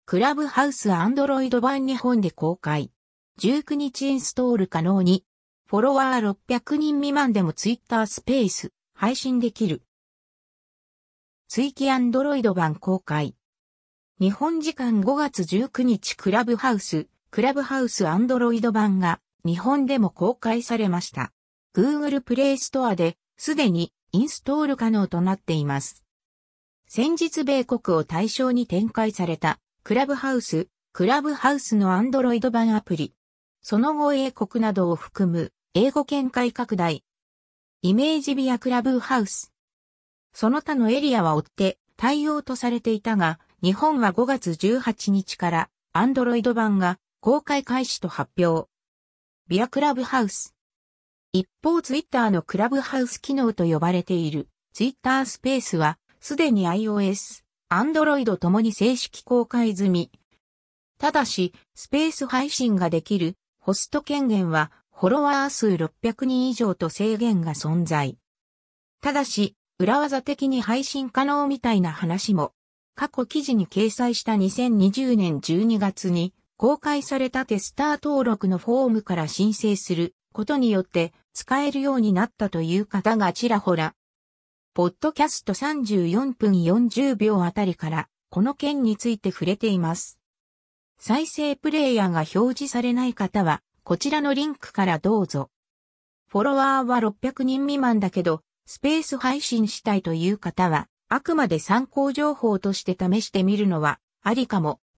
クラブハウス Android 版日本で公開。19日インストール可能に。フォロワー600人未満でも Twitter スペース配信できる。追記 Android 版公開。日本時間5月19日クラブハウス Android 版が日本でも公開されました。Google Play Store ですでにインストール可能となっています。先日米国を対象に展開されたクラブハウスの Android 版アプリ。その後英国などを含む英語圏開拡大。イメージビアクラブハウス。その他のエリアは追って対応とされていたが、日本は5月18日から Android 版が公開開始と発表。ビアクラブハウス。一方ツイッターのクラブハウス機能と呼ばれているツイッタースペースはすでに iOS、Android ともに正式公開済み。ただし、スペース配信ができるホスト権限はフォロワー数600人以上と制限が存在。ただし、裏技的に配信可能みたいな話も。過去記事に掲載した2020年12月に公開されたテスター登録のフォームから申請することによって使えるようになったという方がちらほら。ポッドキャスト34分40秒あたりからこの件について触れています。再生プレイヤーが表示されない方はこちらのリンクからどうぞ。フォロワーは600人未満だけどスペース配信したいという方はあくまで参考情報として試してみるのはありかも。